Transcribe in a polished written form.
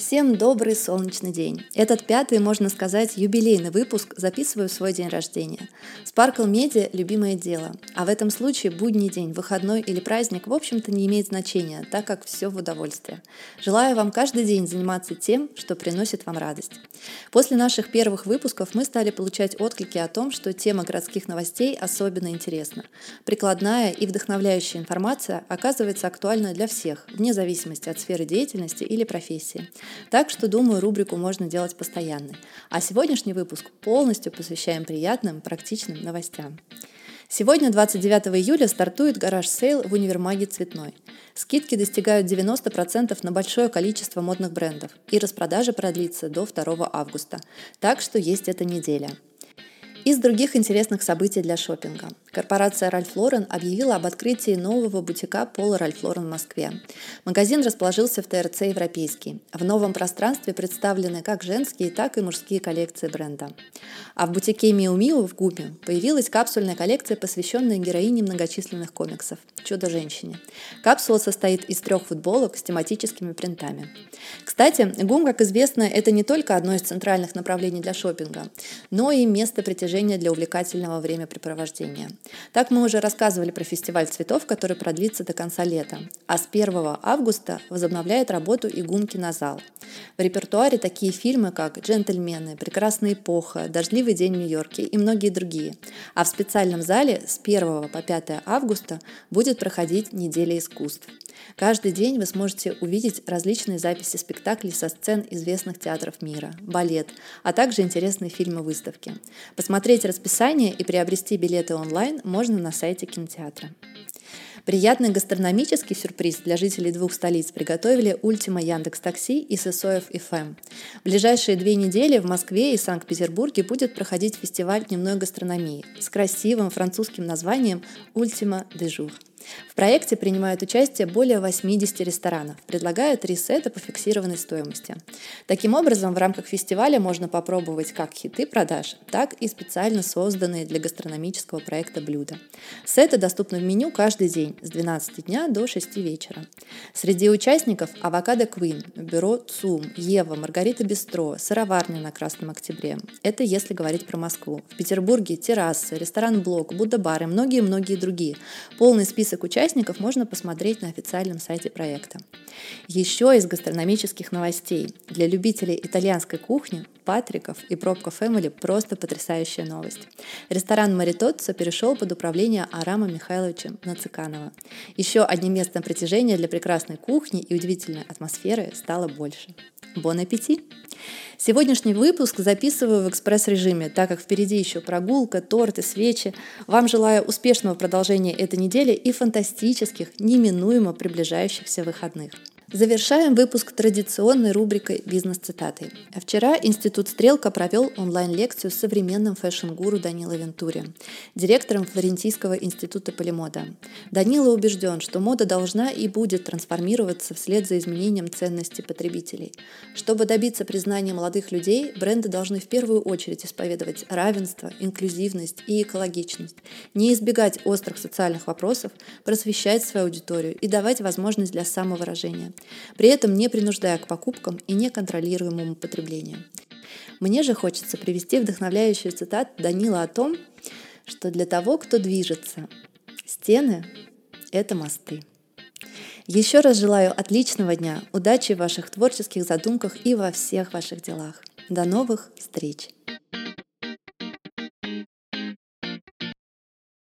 Всем добрый солнечный день. Этот пятый, можно сказать, юбилейный выпуск записываю в свой день рождения. Sparkle Media – любимое дело. А в этом случае будний день, выходной или праздник, в общем-то, не имеет значения, так как все в удовольствие. Желаю вам каждый день заниматься тем, что приносит вам радость. После наших первых выпусков мы стали получать отклики о том, что тема городских новостей особенно интересна. Прикладная и вдохновляющая информация оказывается актуальна для всех, вне зависимости от сферы деятельности или профессии. Так что, думаю, рубрику можно делать постоянной. А сегодняшний выпуск полностью посвящаем приятным, практичным новостям. Сегодня, 29 июля, стартует гараж-сейл в универмаге «Цветной». Скидки достигают 90% на большое количество модных брендов, и распродажа продлится до 2 августа. Так что есть эта неделя. Из других интересных событий для шопинга. Корпорация Ralph Lauren объявила об открытии нового бутика Пола Ralph Lauren в Москве. Магазин расположился в ТРЦ «Европейский». В новом пространстве представлены как женские, так и мужские коллекции бренда. А в бутике Miu Miu в ГУМе появилась капсульная коллекция, посвященная героине многочисленных комиксов «Чудо-женщине». Капсула состоит из 3 футболок с тематическими принтами. Кстати, ГУМ, как известно, это не только одно из центральных направлений для шопинга, но и место притяжения для увлекательного времяпрепровождения. Так мы уже рассказывали про фестиваль цветов, который продлится до конца лета. А с 1 августа возобновляет работу и ГУМ кинозал. В репертуаре такие фильмы, как «Джентльмены», «Прекрасная эпоха», «Дождливый день в Нью-Йорке» и многие другие. А в специальном зале с 1 по 5 августа будет проходить неделя искусств. Каждый день вы сможете увидеть различные записи спектаклей со сцен известных театров мира, балет, а также интересные фильмы-выставки. Посмотреть расписание и приобрести билеты онлайн можно на сайте кинотеатра. Приятный гастрономический сюрприз для жителей 2 столиц приготовили Ультима Яндекс.Такси и Сысоев ФМ. В ближайшие 2 недели в Москве и Санкт-Петербурге будет проходить фестиваль дневной гастрономии с красивым французским названием «Ультима де Жур». В проекте принимают участие более 80 ресторанов, предлагая 3 сета по фиксированной стоимости. Таким образом, в рамках фестиваля можно попробовать как хиты продаж, так и специально созданные для гастрономического проекта блюда. Сеты доступны в меню каждый день с 12 дня до 6 вечера. Среди участников Авокадо Квин, бюро ЦУМ, Ева, Маргарита Бистро, сыроварня на Красном Октябре. Это если говорить про Москву. В Петербурге террасы, ресторан Блок, Будда-бар и многие-многие другие. Полный список участников можно посмотреть на официальном сайте проекта. Еще из гастрономических новостей. Для любителей итальянской кухни, Патриков и Пробка Фэмили просто потрясающая новость. Ресторан Маритоццо перешел под управление Арама Михайловича Нациканова. Еще одним местом притяжения для прекрасной кухни и удивительной атмосферы стало больше. Бон аппетит! Сегодняшний выпуск записываю в экспресс-режиме, так как впереди еще прогулка, торт и свечи. Вам желаю успешного продолжения этой недели и фантастических, неминуемо приближающихся выходных. Завершаем выпуск традиционной рубрикой «Бизнес-цитаты». Вчера Институт «Стрелка» провел онлайн-лекцию с современным фэшн-гуру Данило Вентури, директором Флорентийского института полимода. Данило убежден, что мода должна и будет трансформироваться вслед за изменением ценностей потребителей. Чтобы добиться признания молодых людей, бренды должны в первую очередь исповедовать равенство, инклюзивность и экологичность, не избегать острых социальных вопросов, просвещать свою аудиторию и давать возможность для самовыражения, при этом не принуждая к покупкам и неконтролируемому потреблению. Мне же хочется привести вдохновляющую цитату Данила о том, что для того, кто движется, стены — это мосты. Еще раз желаю отличного дня, удачи в ваших творческих задумках и во всех ваших делах. До новых встреч!